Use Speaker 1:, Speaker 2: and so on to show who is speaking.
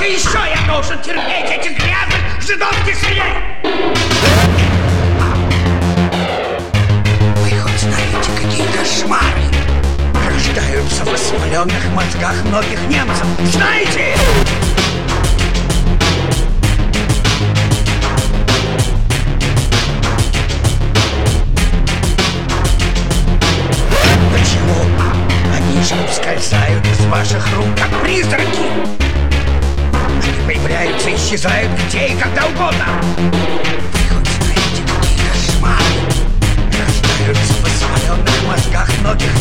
Speaker 1: еще я должен терпеть этих грязных жидовских свиней? Вы хоть знаете, какие кошмары рождаются в воспаленных мозгах многих немцев? Знаете? Они же ускользают из ваших рук, как призраки. Они появляются и исчезают где и когда угодно. Вы хоть знаете, какие кошмары рождаются в воспаленных мозгах многих